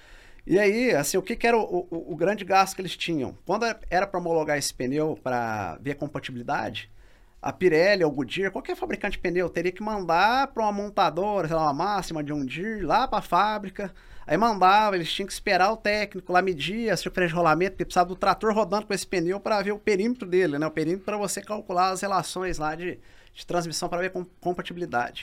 E aí, assim, o que, que era o, o, o grande gasto que eles tinham? Quando era para homologar esse pneu para ver a compatibilidade, a Pirelli ou Goodyear, qualquer fabricante de pneu, teria que mandar para uma montadora, sei lá, uma Máxima, de John Deere, lá para a fábrica. Aí mandava, eles tinham que esperar o técnico lá medir a circunferência de rolamento, porque precisava do trator rodando com esse pneu para ver o perímetro dele, né? O perímetro para você calcular as relações lá de, de transmissão para ver com, compatibilidade.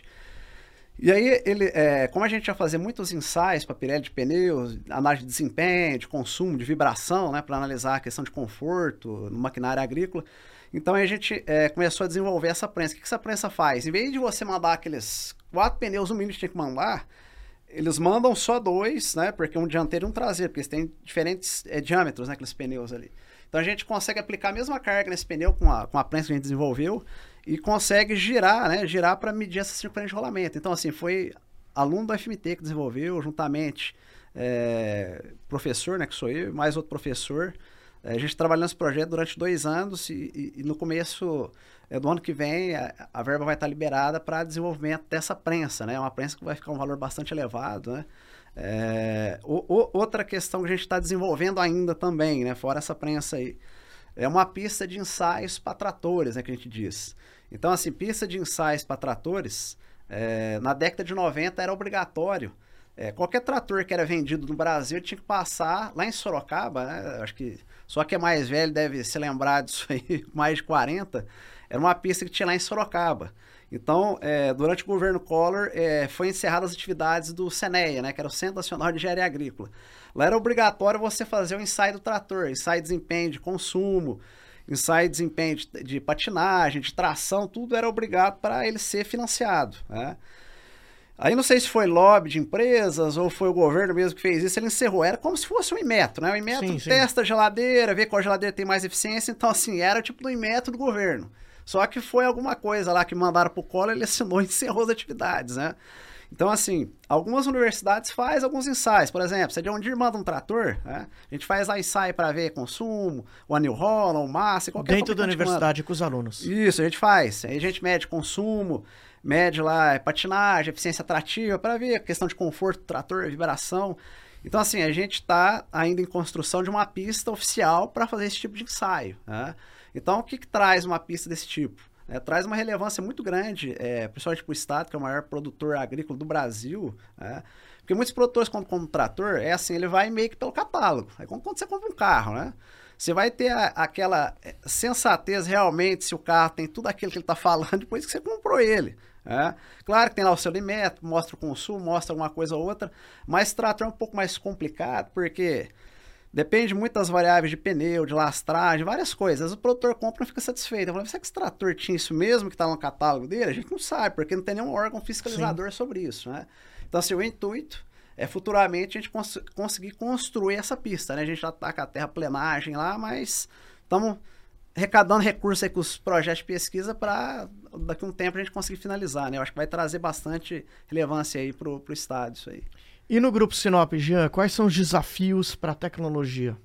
E aí, ele, é, como a gente ia fazer muitos ensaios para Pirelli de pneus, análise de desempenho, de consumo, de vibração, né? Para analisar a questão de conforto no maquinário agrícola, então a gente é, começou a desenvolver essa prensa. O que, que essa prensa faz? Em vez de você mandar aqueles quatro pneus, no mínimo que tinha que mandar, eles mandam só dois, né? Porque um dianteiro e um traseiro, porque eles têm diferentes é, diâmetros, né? Aqueles pneus ali. Então a gente consegue aplicar a mesma carga nesse pneu com a, com a prensa que a gente desenvolveu e consegue girar, né? Girar para medir essa circunferência de rolamento. Então, assim, foi aluno do F M T que desenvolveu, juntamente é, professor, né? Que sou eu, mais outro professor. A gente trabalhou nesse projeto durante dois anos e, e, e no começo é, do ano que vem a, a verba vai estar liberada para desenvolvimento dessa prensa, né? Uma prensa que vai ficar um valor bastante elevado, né? É, o, o, outra questão que a gente está desenvolvendo ainda também, né? Fora essa prensa aí, é uma pista de ensaios para tratores, né? Que a gente diz. Então, assim, pista de ensaios para tratores, é, na década de noventa era obrigatório. É, qualquer trator que era vendido no Brasil tinha que passar lá em Sorocaba, né? Acho que só que é mais velho deve se lembrar disso aí, mais de quarenta, era uma pista que tinha lá em Sorocaba. Então, é, durante o governo Collor, é, foi encerradas as atividades do Seneia, né, que era o Centro Nacional de Engenharia Agrícola. Lá era obrigatório você fazer o ensaio do trator, ensaio de desempenho de consumo, ensaio de desempenho de, de patinagem, de tração, tudo era obrigado para ele ser financiado, né? Aí não sei se foi lobby de empresas ou foi o governo mesmo que fez isso, ele encerrou. Era como se fosse um Inmetro, né? O Inmetro sim, testa sim. a geladeira, vê qual geladeira tem mais eficiência, então assim, era tipo do Inmetro do governo. Só que foi alguma coisa lá que mandaram pro Collor, ele assinou e encerrou as atividades, né? Então assim, algumas universidades fazem alguns ensaios, por exemplo, se a John Deere manda um trator, né? A gente faz lá ensaio para ver consumo, o New Holland, o Massa, qualquer dentro da universidade manda. Com os alunos. Isso, a gente faz. Aí a gente mede consumo, mede lá patinagem, eficiência atrativa, para ver a questão de conforto do trator, vibração. Então, assim, a gente está ainda em construção de uma pista oficial para fazer esse tipo de ensaio, né? Então, o que, que traz uma pista desse tipo? É, traz uma relevância muito grande, é, principalmente para o estado, que é o maior produtor agrícola do Brasil, né? Porque muitos produtores, quando compram um trator, é assim, ele vai meio que pelo catálogo. É como quando você compra um carro, né? Você vai ter a, aquela sensatez realmente se o carro tem tudo aquilo que ele está falando depois que você comprou ele. É. Claro que tem lá o seu limite, mostra o consumo, mostra alguma coisa ou outra, mas trator é um pouco mais complicado, porque depende muito das variáveis de pneu, de lastragem, várias coisas. O produtor compra e não fica satisfeito. Eu falo, será que esse trator tinha isso mesmo que está no catálogo dele? A gente não sabe, porque não tem nenhum órgão fiscalizador Sim. sobre isso, né? Então, assim, o intuito é futuramente a gente cons- conseguir construir essa pista, né? A gente já está com a terraplenagem lá, mas estamos arrecadando recursos aí com os projetos de pesquisa para daqui a um tempo a gente conseguir finalizar, né? Eu acho que vai trazer bastante relevância aí para o estado isso aí. E no Grupo Sinop, Jean, quais são os desafios para a tecnologia?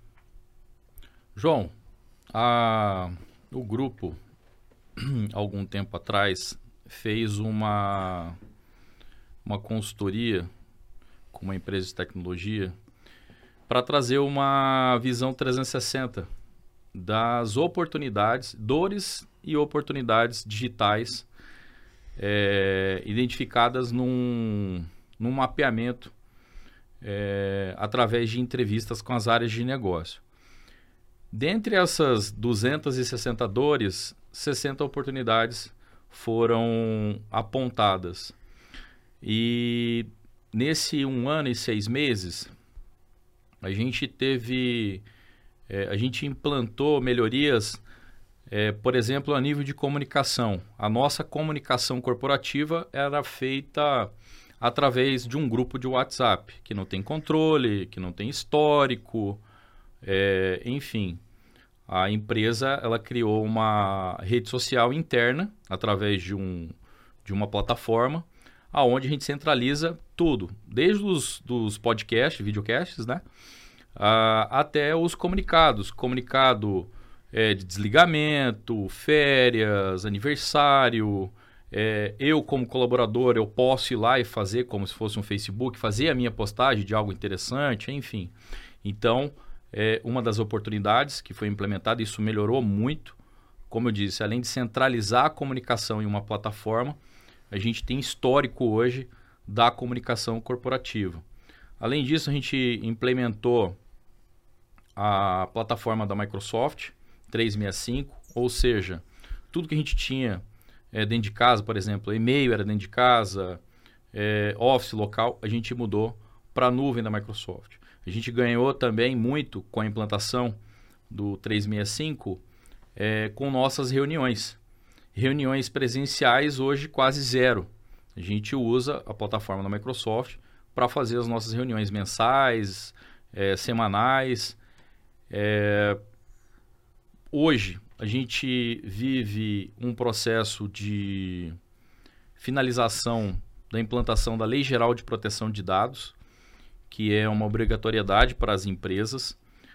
João, a, o grupo, algum tempo atrás, fez uma, uma consultoria com uma empresa de tecnologia para trazer uma visão trezentos e sessenta das oportunidades, dores e oportunidades digitais é, identificadas num, num mapeamento é, através de entrevistas com as áreas de negócio. Dentre essas duzentas e sessenta dores, sessenta oportunidades foram apontadas. E nesse um ano e seis meses, a gente teve, é, a gente implantou melhorias, é, por exemplo, a nível de comunicação. A nossa comunicação corporativa era feita através de um grupo de WhatsApp, que não tem controle, que não tem histórico, é, enfim. A empresa ela criou uma rede social interna através de, um, de uma plataforma, aonde a gente centraliza tudo, desde os dos podcasts, videocasts, né? Uh, até os comunicados, comunicado é, de desligamento, férias, aniversário. É, eu, como colaborador, eu posso ir lá e fazer como se fosse um Facebook, fazer a minha postagem de algo interessante, enfim. Então, é uma das oportunidades que foi implementada, isso melhorou muito. Como eu disse, além de centralizar a comunicação em uma plataforma, a gente tem histórico hoje da comunicação corporativa. Além disso, a gente implementou a plataforma da Microsoft trezentos e sessenta e cinco, ou seja, tudo que a gente tinha é, dentro de casa, por exemplo, e-mail era dentro de casa, é, Office local, a gente mudou para a nuvem da Microsoft. A gente ganhou também muito com a implantação do trezentos e sessenta e cinco é, com nossas reuniões. Reuniões presenciais hoje quase zero. A gente usa a plataforma da Microsoft para fazer as nossas reuniões mensais, é, semanais. É, hoje a gente vive um processo de finalização da implantação da Lei Geral de Proteção de Dados, que é uma obrigatoriedade para as empresas.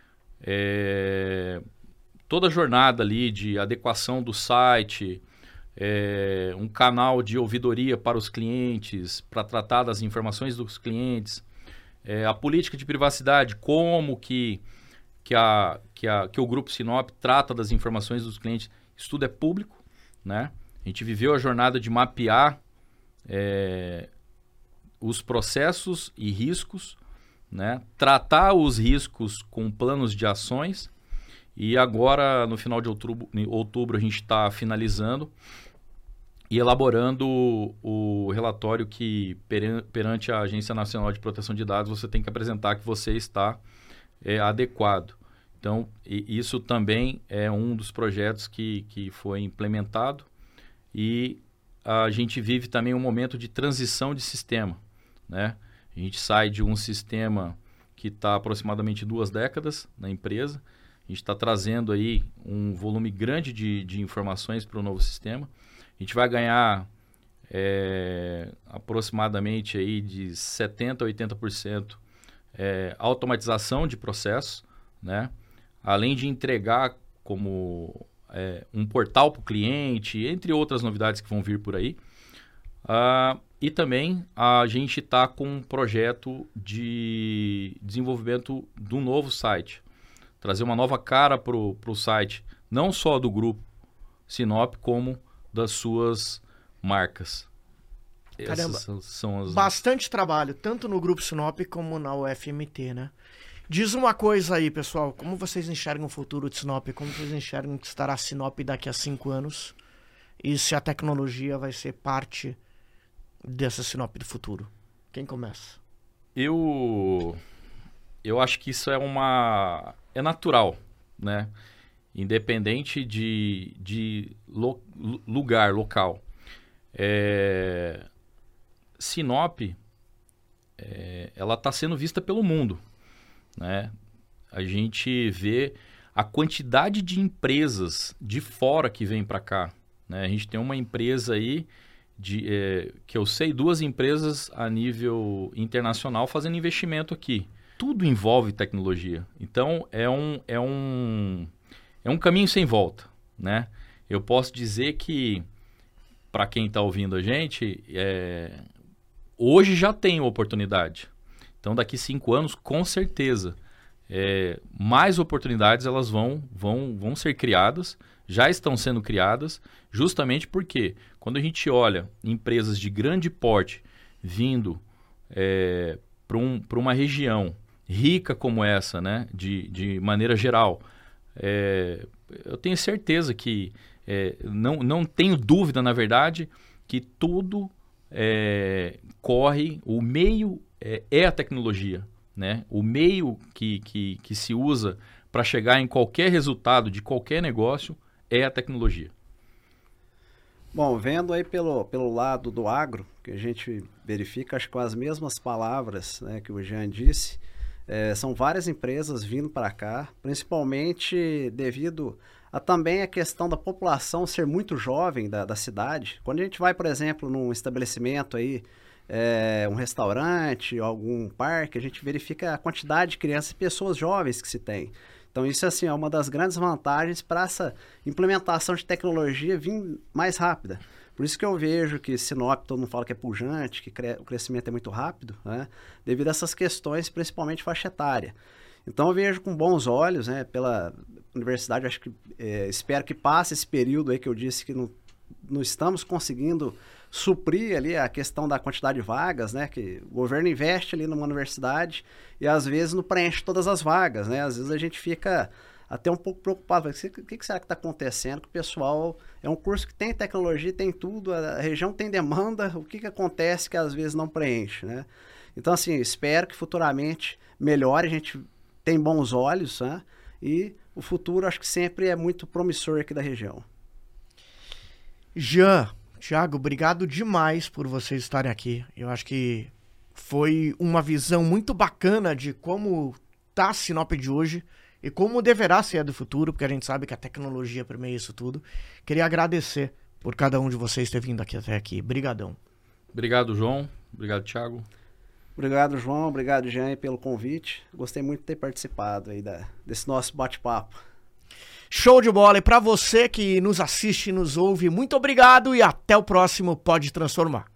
É, toda a jornada ali de adequação do site, é, um canal de ouvidoria para os clientes, para tratar das informações dos clientes, é, a política de privacidade, como que, que, a, que, a, que o Grupo Sinop trata das informações dos clientes, isso tudo é público, né? A gente viveu a jornada de mapear é, os processos e riscos, né? Tratar os riscos com planos de ações. E agora, no final de outubro, outubro a gente está finalizando e elaborando o, o relatório que, perante a Agência Nacional de Proteção de Dados, você tem que apresentar que você está é, adequado. Então, isso também é um dos projetos que, que foi implementado. E a gente vive também um momento de transição de sistema, né? A gente sai de um sistema que está aproximadamente duas décadas na empresa. A gente está trazendo aí um volume grande de, de informações para o novo sistema. A gente vai ganhar é, aproximadamente aí de setenta por cento a oitenta por cento é, automatização de processos, né? Além de entregar como é, um portal para o cliente, entre outras novidades que vão vir por aí. Uh, e também a gente está com um projeto de desenvolvimento de um novo site. Trazer uma nova cara para o site, não só do Grupo Sinop, como das suas marcas. Caramba, Essas são as... bastante trabalho, tanto no Grupo Sinop como na U F M T, né? Diz uma coisa aí, pessoal, como vocês enxergam o futuro de Sinop, como vocês enxergam que estará Sinop daqui a cinco anos e se a tecnologia vai ser parte dessa Sinop do futuro? Quem começa? Eu, eu acho que isso é uma... é natural, né? Independente de, de lo, lugar, local. É... Sinop, é, ela está sendo vista pelo mundo, né? A gente vê a quantidade de empresas de fora que vem para cá, né? A gente tem uma empresa aí, de, é, que eu sei, duas empresas a nível internacional fazendo investimento aqui. Tudo envolve tecnologia. Então, é um, é um, é um caminho sem volta, né? Eu posso dizer que, para quem está ouvindo a gente, é, hoje já tem oportunidade. Então, daqui cinco anos, com certeza, é, mais oportunidades elas vão, vão, vão ser criadas, já estão sendo criadas, justamente porque quando a gente olha empresas de grande porte vindo é, para um, para uma região rica como essa, né, de, de maneira geral, é, eu tenho certeza que, é, não, não tenho dúvida, na verdade, que tudo é, corre, o meio é, é a tecnologia, né? O meio que, que, que se usa para chegar em qualquer resultado de qualquer negócio é a tecnologia. Bom, vendo aí pelo, pelo lado do agro, que a gente verifica, acho que com as mesmas palavras, né, que o Jean disse, é, são várias empresas vindo para cá, principalmente devido a também a questão da população ser muito jovem da, da cidade. Quando a gente vai, por exemplo, num estabelecimento aí, é, um restaurante, algum parque, a gente verifica a quantidade de crianças e pessoas jovens que se tem. Então isso assim, é uma das grandes vantagens para essa implementação de tecnologia vir mais rápida. Por isso que eu vejo que Sinop, todo mundo fala que é pujante, que cre- o crescimento é muito rápido, né? Devido a essas questões, principalmente faixa etária. Então eu vejo com bons olhos, né, pela universidade, acho que é, espero que passe esse período aí que eu disse que não, não estamos conseguindo suprir ali a questão da quantidade de vagas, né, que o governo investe ali numa universidade e às vezes não preenche todas as vagas, né, às vezes a gente fica até um pouco preocupado, o que, que será que está acontecendo, que o pessoal, é um curso que tem tecnologia, tem tudo, a região tem demanda, o que, que acontece que às vezes não preenche, né? Então assim, espero que futuramente melhore, a gente tem bons olhos, né, e o futuro acho que sempre é muito promissor aqui da região. Jean, Thiago, obrigado demais por vocês estarem aqui. Eu acho que foi uma visão muito bacana de como tá a Sinop de hoje e como deverá ser a do futuro, porque a gente sabe que a tecnologia permeia isso tudo. Queria agradecer por cada um de vocês ter vindo aqui até aqui. Brigadão. Obrigado, João. Obrigado, Thiago. Obrigado, João. Obrigado, Jean, pelo convite. Gostei muito de ter participado aí da, desse nosso bate-papo. Show de bola. E para você que nos assiste e nos ouve, muito obrigado e até o próximo Pode Transformar.